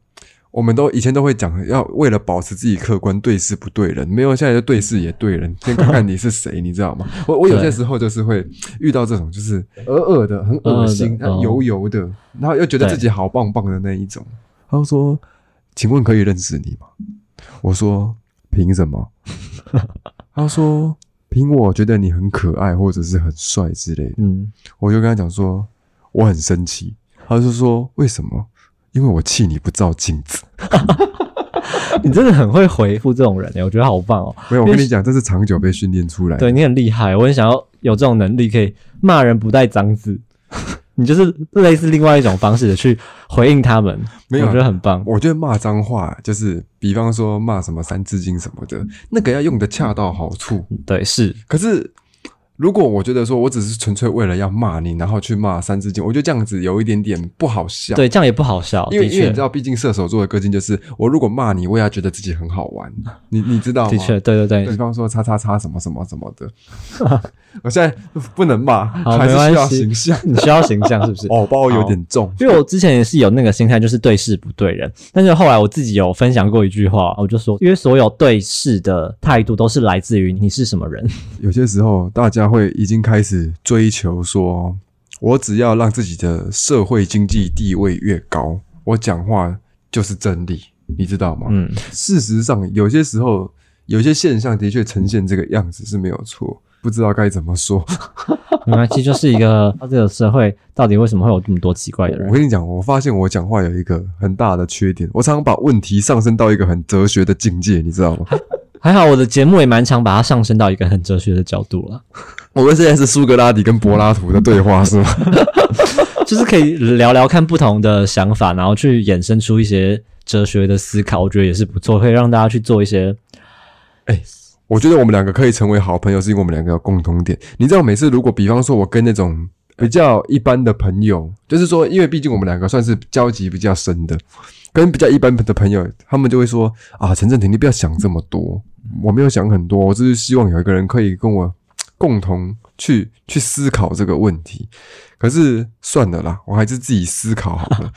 我们都以前都会讲，要为了保持自己客观，对事不对人。没有，现在就对事也对人，先看看你是谁，你知道吗？我我有些时候就是会遇到这种，就是恶恶的、很恶心、 呃哦、 油油的，然后又觉得自己好棒棒的那一种。他就说：“请问可以认识你吗？”我说：“凭什么？”他说：“凭我觉得你很可爱，或者是很帅之类的。”嗯，我就跟他讲说：“我很生气。”他就说：“为什么？”因为我气你不照镜子。 你真的很会回复这种人耶，我觉得好棒哦。 没有，我跟你讲，这是长久被训练出来的。 对，你很厉害，我很想要有这种能力，可以骂人不带脏字。你就是类似另外一种方式的去回应他们，没有，我觉得很棒。 我觉得骂脏话就是比方说骂什么三字经什么的，那个要用的恰到好处。 对，是。 可是如果我觉得说我只是纯粹为了要骂你，然后去骂三字经，我觉得这样子有一点点不好笑。 对，这样也不好笑， 因为因为你知道，毕竟射手座的个性就是，我如果骂你，我也要觉得自己很好玩。你你知道吗？ 的确，对对对。 比方说叉叉叉什么什么什么的，我现在不能骂， 好， 还是需要形象。 你需要形象是不是？ 哦，包有点重。 因为我之前也是有那个心态，就是对事不对人。但是后来我自己有分享过一句话，我就说，因为所有对事的态度都是来自于你是什么人。 有些时候，大家会已经开始追求说，我只要让自己的社会经济地位越高，我讲话就是真理，你知道吗？嗯，事实上，有些时候，有些现象的确呈现这个样子是没有错。不知道该怎么说， 没关系，就是一个这个社会到底为什么会有这么多奇怪的人？ 我跟你讲，我发现我讲话有一个很大的缺点，我常常把问题上升到一个很哲学的境界，你知道吗？ 还好我的节目也蛮常把它上升到一个很哲学的角度了。 我们现在是苏格拉底跟柏拉图的对话是吗？ 就是可以聊聊看不同的想法，然后去衍生出一些哲学的思考，我觉得也是不错，可以让大家去做一些哎。欸我觉得我们两个可以成为好朋友，是因为我们两个有共同点。你知道，每次如果比方说我跟那种比较一般的朋友，就是说，因为毕竟我们两个算是交集比较深的，跟比较一般的朋友，他们就会说啊，陈正廷，你不要想这么多，我没有想很多，我只是希望有一个人可以跟我共同去去思考这个问题。可是算了啦，我还是自己思考好了。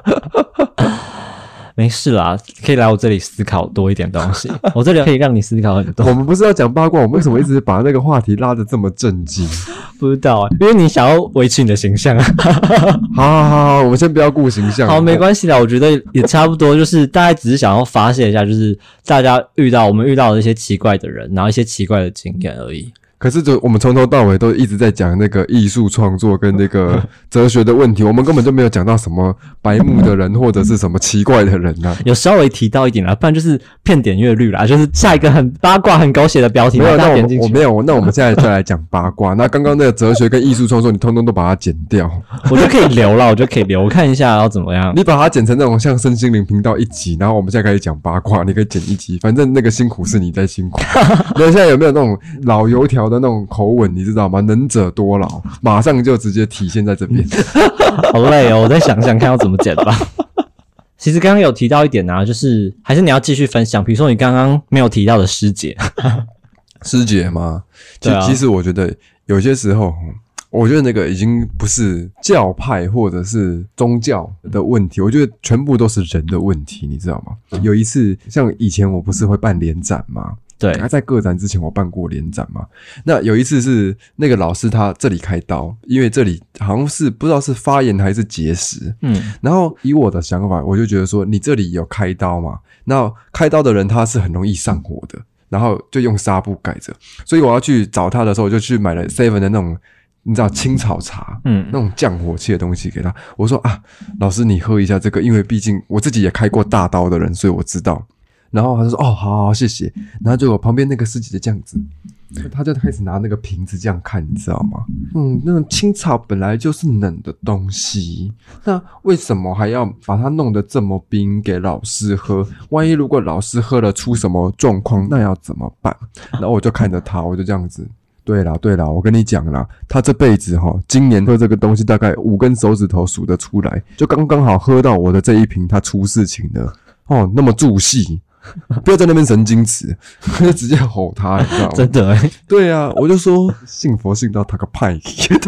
没事啦，可以来我这里思考多一点东西。我这里可以让你思考很多。 我们不是要讲八卦，我们为什么一直把那个话题拉得这么震惊？ 不知道啊，因为你想要维持你的形象啊。 好好好好，我们先不要顾形象。 好，没关系啦，我觉得也差不多，就是大概只是想要发泄一下，就是大家遇到我们遇到的一些奇怪的人，然后一些奇怪的经验而已。 可是就我们从头到尾都一直在讲那个艺术创作跟那个哲学的问题，我们根本就没有讲到什么白目的人或者是什么奇怪的人啊。 有稍微提到一点啦，不然就是骗点阅率啦，就是下一个很八卦很狗血的标题没有，那点进去。 我没有，那我们现在就来讲八卦。那刚刚那个哲学跟艺术创作，你通通都把它剪掉， 我就可以留了，我就可以留，我看一下要怎么样。 你把它剪成那种像身心灵频道一集，然后我们现在开始讲八卦，你可以剪一集，反正那个辛苦是你在辛苦。那现在有没有那种老油条的那种口吻？你知道吗？能者多劳，马上就直接体现在这边。 好累哦，我再想想看要怎么剪吧。其实刚刚有提到一点啊，就是还是你要继续分享，比如说你刚刚没有提到的师姐。 师姐吗？其实、啊、其实我觉得有些时候，我觉得那个已经不是教派或者是宗教的问题，我觉得全部都是人的问题，你知道吗？有一次，像以前我不是会办联展吗？ 对， 在个展之前我办过联展嘛。那有一次是那个老师他这里开刀，因为这里好像是不知道是发炎还是结石，嗯，然后以我的想法，我就觉得说你这里有开刀嘛，那开刀的人他是很容易上火的，然后就用纱布盖着，所以我要去找他的时候，我就去买了 seven 的那种。你知道青草茶，嗯，那种降火气的东西给他。我说啊，老师你喝一下这个，因为毕竟我自己也开过大刀的人，所以我知道。然后他就说哦，好好谢谢。然后就我旁边那个师姐就这样子，他就开始拿那个瓶子这样看，你知道吗？嗯，那种青草本来就是冷的东西，那为什么还要把它弄得这么冰给老师喝？万一如果老师喝了出什么状况，那要怎么办？然后我就看着他，我就这样子。对啦对啦，我跟你讲啦，他这辈子齁，今年喝这个东西大概五根手指头数得出来，就刚刚好喝到我的这一瓶，他出事情了哦，那么助戏，不要在那边神经质，就直接吼他，你知道吗？ 真的欸， 对啊，我就说信佛信到他个派，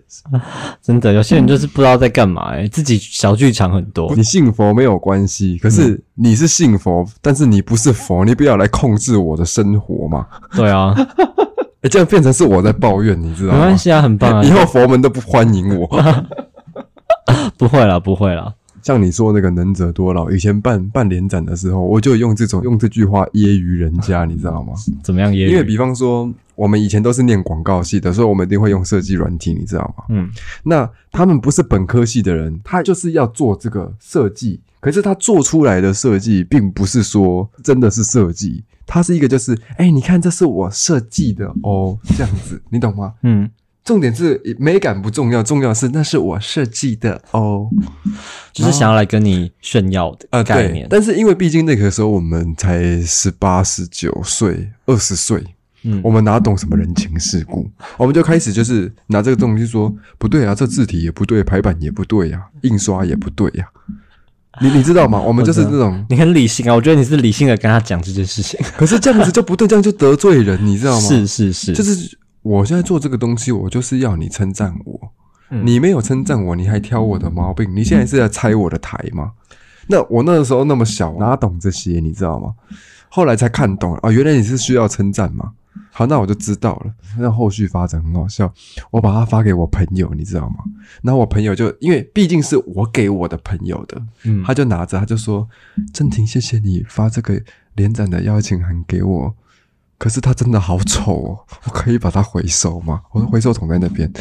真的有些人就是不知道在干嘛、欸、自己小剧场很多。 你信佛没有关系，可是你是信佛、嗯、但是你不是佛，你不要来控制我的生活嘛。 对啊欸、这样变成是我在抱怨，你知道吗？ 没关系啊，很棒啊， 以后佛门都不欢迎我。 不会啦不会啦， 像你说那个能者多劳，以前办办联展的时候，我就用这种用这句话揶揄人家，你知道吗？ 怎么样揶揄？ 因为比方说我们以前都是念广告系的，所以我们一定会用设计软体，你知道吗？嗯，那他们不是本科系的人，他就是要做这个设计，可是他做出来的设计并不是说真的是设计，它是一个就是哎、欸，你看这是我设计的哦，这样子，你懂吗？嗯。重点是美感不重要，重要的是那是我设计的哦， 就是想要来跟你炫耀的概念。 呃、但是因为毕竟那个时候我们才十八、十九岁、二十岁，嗯，我们哪懂什么人情世故？我们就开始就是拿这个东西说不对啊，这字体也不对，排版也不对啊，印刷也不对啊。你你知道吗？我们就是那种你很理性啊，我觉得你是理性的跟他讲这件事情。 可是这样子就不对，这样就得罪人，你知道吗？ 是是是， 就是。我现在做这个东西，我就是要你称赞我、嗯。你没有称赞我，你还挑我的毛病，你现在是在拆我的台吗？那我那个时候那么小，哪懂这些，你知道吗？后来才看懂哦，原来你是需要称赞嘛。好，那我就知道了。那后续发展很好笑，我把它发给我朋友，你知道吗？然后我朋友就因为毕竟是我给我的朋友的，嗯，他就拿着，他就说：“郑婷，谢谢你发这个联展的邀请函给我。”可是它真的好丑哦，我可以把它回收吗？我的回收桶在那边，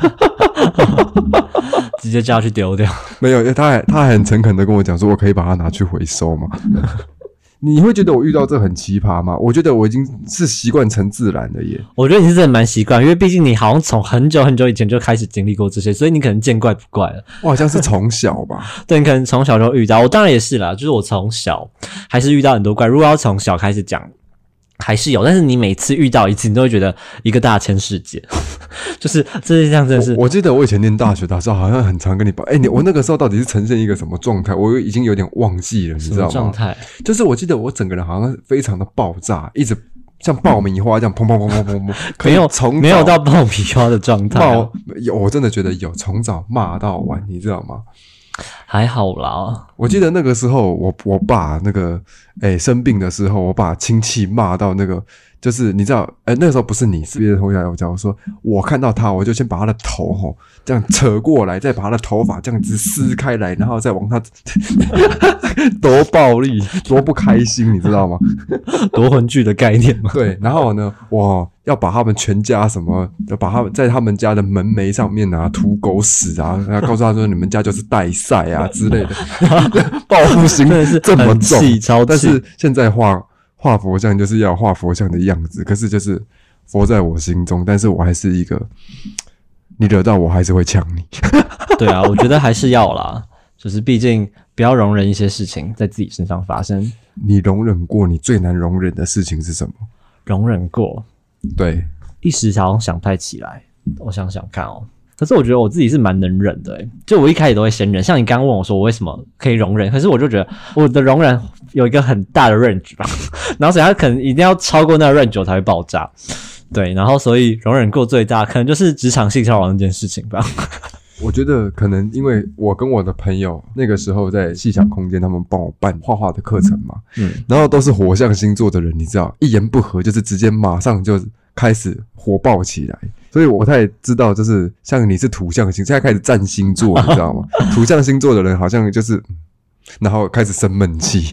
直接叫他去丢掉。 没有，他还他还很诚恳的跟我讲说，我可以把它拿去回收吗？你会觉得我遇到这很奇葩吗？我觉得我已经是习惯成自然了耶。 我觉得你是真的蛮习惯，因为毕竟你好像从很久很久以前就开始经历过这些，所以你可能见怪不怪了。 我好像是从小吧。 对，你可能从小就遇到，我当然也是啦，就是我从小还是遇到很多怪。如果要从小开始讲，还是有，但是你每次遇到一次，你都会觉得一个大千世界，就是这世界上真的是。 我, 我记得我以前念大学的时候，好像很常跟你报，哎、欸，你我那个时候到底是呈现一个什么状态？我已经有点忘记了，你知道吗？ 什么状态？ 就是我记得我整个人好像非常的爆炸，一直像爆米花这样砰砰砰砰砰砰， 没有从没有到爆米花的状态、啊。 有，我真的觉得有，从早骂到晚，你知道吗？ 还好啦， 我记得那个时候我我爸那个诶、欸、生病的时候，我把亲戚骂到那个，就是你知道诶、欸、那个时候不是你，是别的同学来我讲，我说我看到他，我就先把他的头吼这样扯过来，再把他的头发这样子撕开来，然后再往他多暴力多不开心，你知道吗？ 夺魂锯的概念嘛。 对，然后呢，我要把他们全家什么，把他们在他们家的门楣上面啊涂狗屎啊，然后告诉他说你们家就是带赛啊之类的，报复心是这么重，但是现在画画佛像就是要画佛像的样子，可是就是佛在我心中，但是我还是一个，你惹到我还是会呛你。 对啊，我觉得还是要啦，就是毕竟不要容忍一些事情在自己身上发生。 你容忍过你最难容忍的事情是什么？ 容忍过。 对， 一时好像想不太起来，我想想看哦。可是我觉得我自己是蛮能忍的诶，就我一开始都会先忍。像你刚刚问我说我为什么可以容忍，可是我就觉得我的容忍有一个很大的 range 吧，然后所以它可能一定要超过那个 range 我才会爆炸。对，然后所以容忍过最大可能就是职场性骚扰那件事情吧。 我觉得可能因为我跟我的朋友那个时候在细想空间，他们帮我办画画的课程嘛，嗯，然后都是火象星座的人，你知道，一言不合就是直接马上就开始火爆起来，所以我才知道，就是像你是土象星，现在开始占星座，你知道吗？土象星座的人好像就是，然后开始生闷气。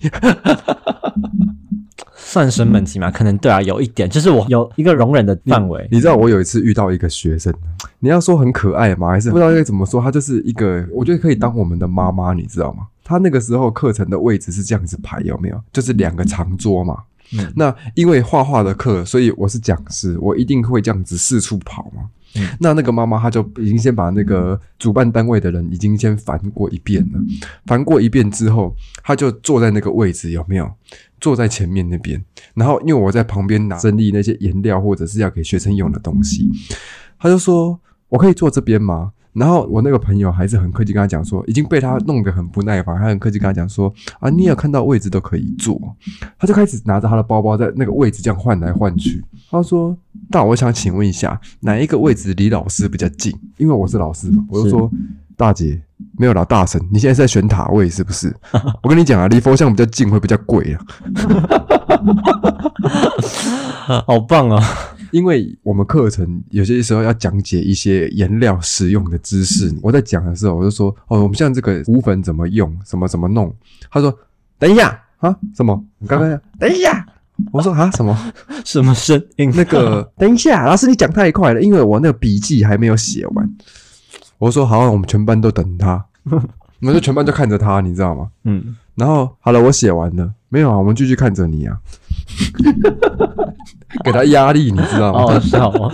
算生闷气吗？可能对啊，有一点，就是我有一个容忍的范围。 你知道我有一次遇到一个学生，你要说很可爱吗？还是不知道该怎么说？他就是一个，我觉得可以当我们的妈妈，你知道吗？他那个时候课程的位置是这样子排，有没有？就是两个长桌嘛。嗯、那因为画画的课，所以我是讲师，我一定会这样子四处跑嘛。嗯、那那个妈妈她就已经先把那个主办单位的人已经先烦过一遍了，烦过一遍之后，她就坐在那个位置，有没有？坐在前面那边，然后因为我在旁边拿整理那些颜料或者是要给学生用的东西，他就说我可以坐这边吗？然后我那个朋友还是很客气跟他讲说，已经被他弄得很不耐烦，他很客气跟他讲说啊，你有看到位置都可以坐。他就开始拿着他的包包在那个位置这样换来换去，他说那我想请问一下，哪一个位置离老师比较近？因为我是老师嘛，我就说大姐没有啦，大神，你现在是在选塔位是不是？我跟你讲啊，离佛像比较近会比较贵啊。 好棒啊！ 因为我们课程有些时候要讲解一些颜料使用的知识，我在讲的时候我就说哦，我们像这个糊粉怎么用，怎么怎么弄。他说等一下啊，什么？你刚刚等一下。我说啊，什么什么声音？ 那个等一下，老师你讲太快了，因为我那个笔记还没有写完。我说好，我们全班都等他，我们就全班就看着他，你知道吗？嗯。然后好了，我写完了，没有啊，我们继续看着你啊，给他压力，你知道吗？ 好笑啊！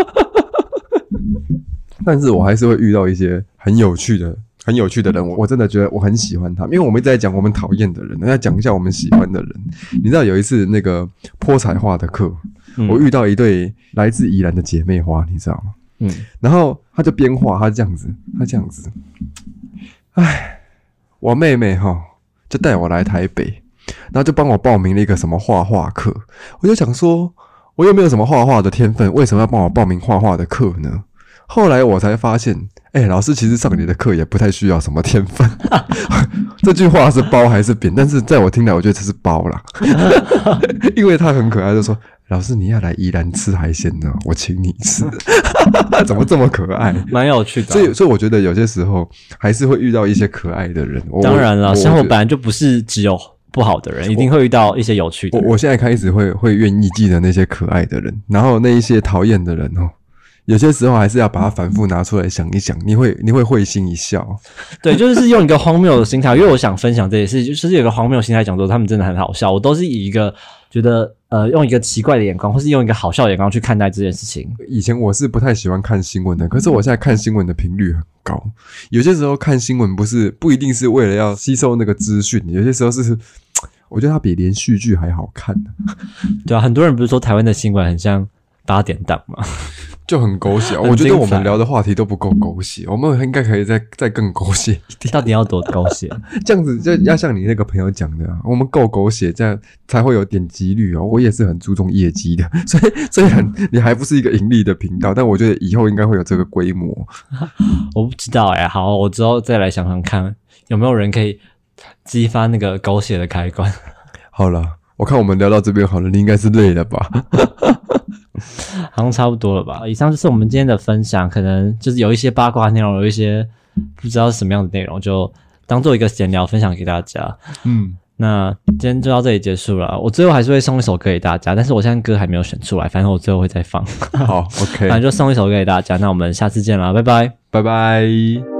但是我还是会遇到一些很有趣的。很有趣的人，我我真的觉得我很喜欢他，因为我们一直在讲我们讨厌的人，要讲一下我们喜欢的人。你知道有一次那个泼彩画的课，嗯、我遇到一对来自宜兰的姐妹花，你知道吗？嗯，然后他就边画，他这样子，他这样子，哎，我妹妹哈就带我来台北，然后就帮我报名了一个什么画画课，我就想说，我又没有什么画画的天分，为什么要帮我报名画画的课呢？后来我才发现，哎、欸，老师其实上你的课也不太需要什么天分。这句话是褒还是贬？但是在我听来，我觉得这是褒啦，因为他很可爱，就说：“老师，你要来宜兰吃海鲜呢，我请你吃。”怎么这么可爱？ 蛮有趣的、啊。 所以，所以我觉得有些时候还是会遇到一些可爱的人。 当然了，生活本来就不是只有不好的人，一定会遇到一些有趣的人。 我我现在开始会会愿意记得那些可爱的人，然后那一些讨厌的人哦。有些时候还是要把它反复拿出来想一想，你会你会会心一笑。 对，就是用一个荒谬的心态，因为我想分享这件事，就是有一个荒谬的心态讲说他们真的很好笑，我都是以一个觉得呃用一个奇怪的眼光，或是用一个好笑的眼光去看待这件事情。 以前我是不太喜欢看新闻的，可是我现在看新闻的频率很高。有些时候看新闻不是不一定是为了要吸收那个资讯，有些时候是我觉得它比连续剧还好看。 对啊，很多人不是说台湾的新闻很像八点档吗？ 就很狗血，我觉得我们聊的话题都不够狗血，我们应该可以再再更狗血一点。 到底要多狗血？ 这样子就要像你那个朋友讲的、啊，我们够狗血，这样才会有点击率哦。我也是很注重业绩的，所以虽然你还不是一个盈利的频道，但我觉得以后应该会有这个规模。 我不知道哎、欸，好，我之后再来想想看，有没有人可以激发那个狗血的开关。 好了，我看我们聊到这边好了，你应该是累了吧？ 好像差不多了吧。以上就是我们今天的分享，可能就是有一些八卦内容，有一些不知道是什么样的内容，就当做一个闲聊分享给大家。嗯，那今天就到这里结束了。我最后还是会送一首歌给大家，但是我现在歌还没有选出来，反正我最后会再放。 好 ，OK， 反正就送一首歌给大家。那我们下次见啦，拜拜， 拜拜。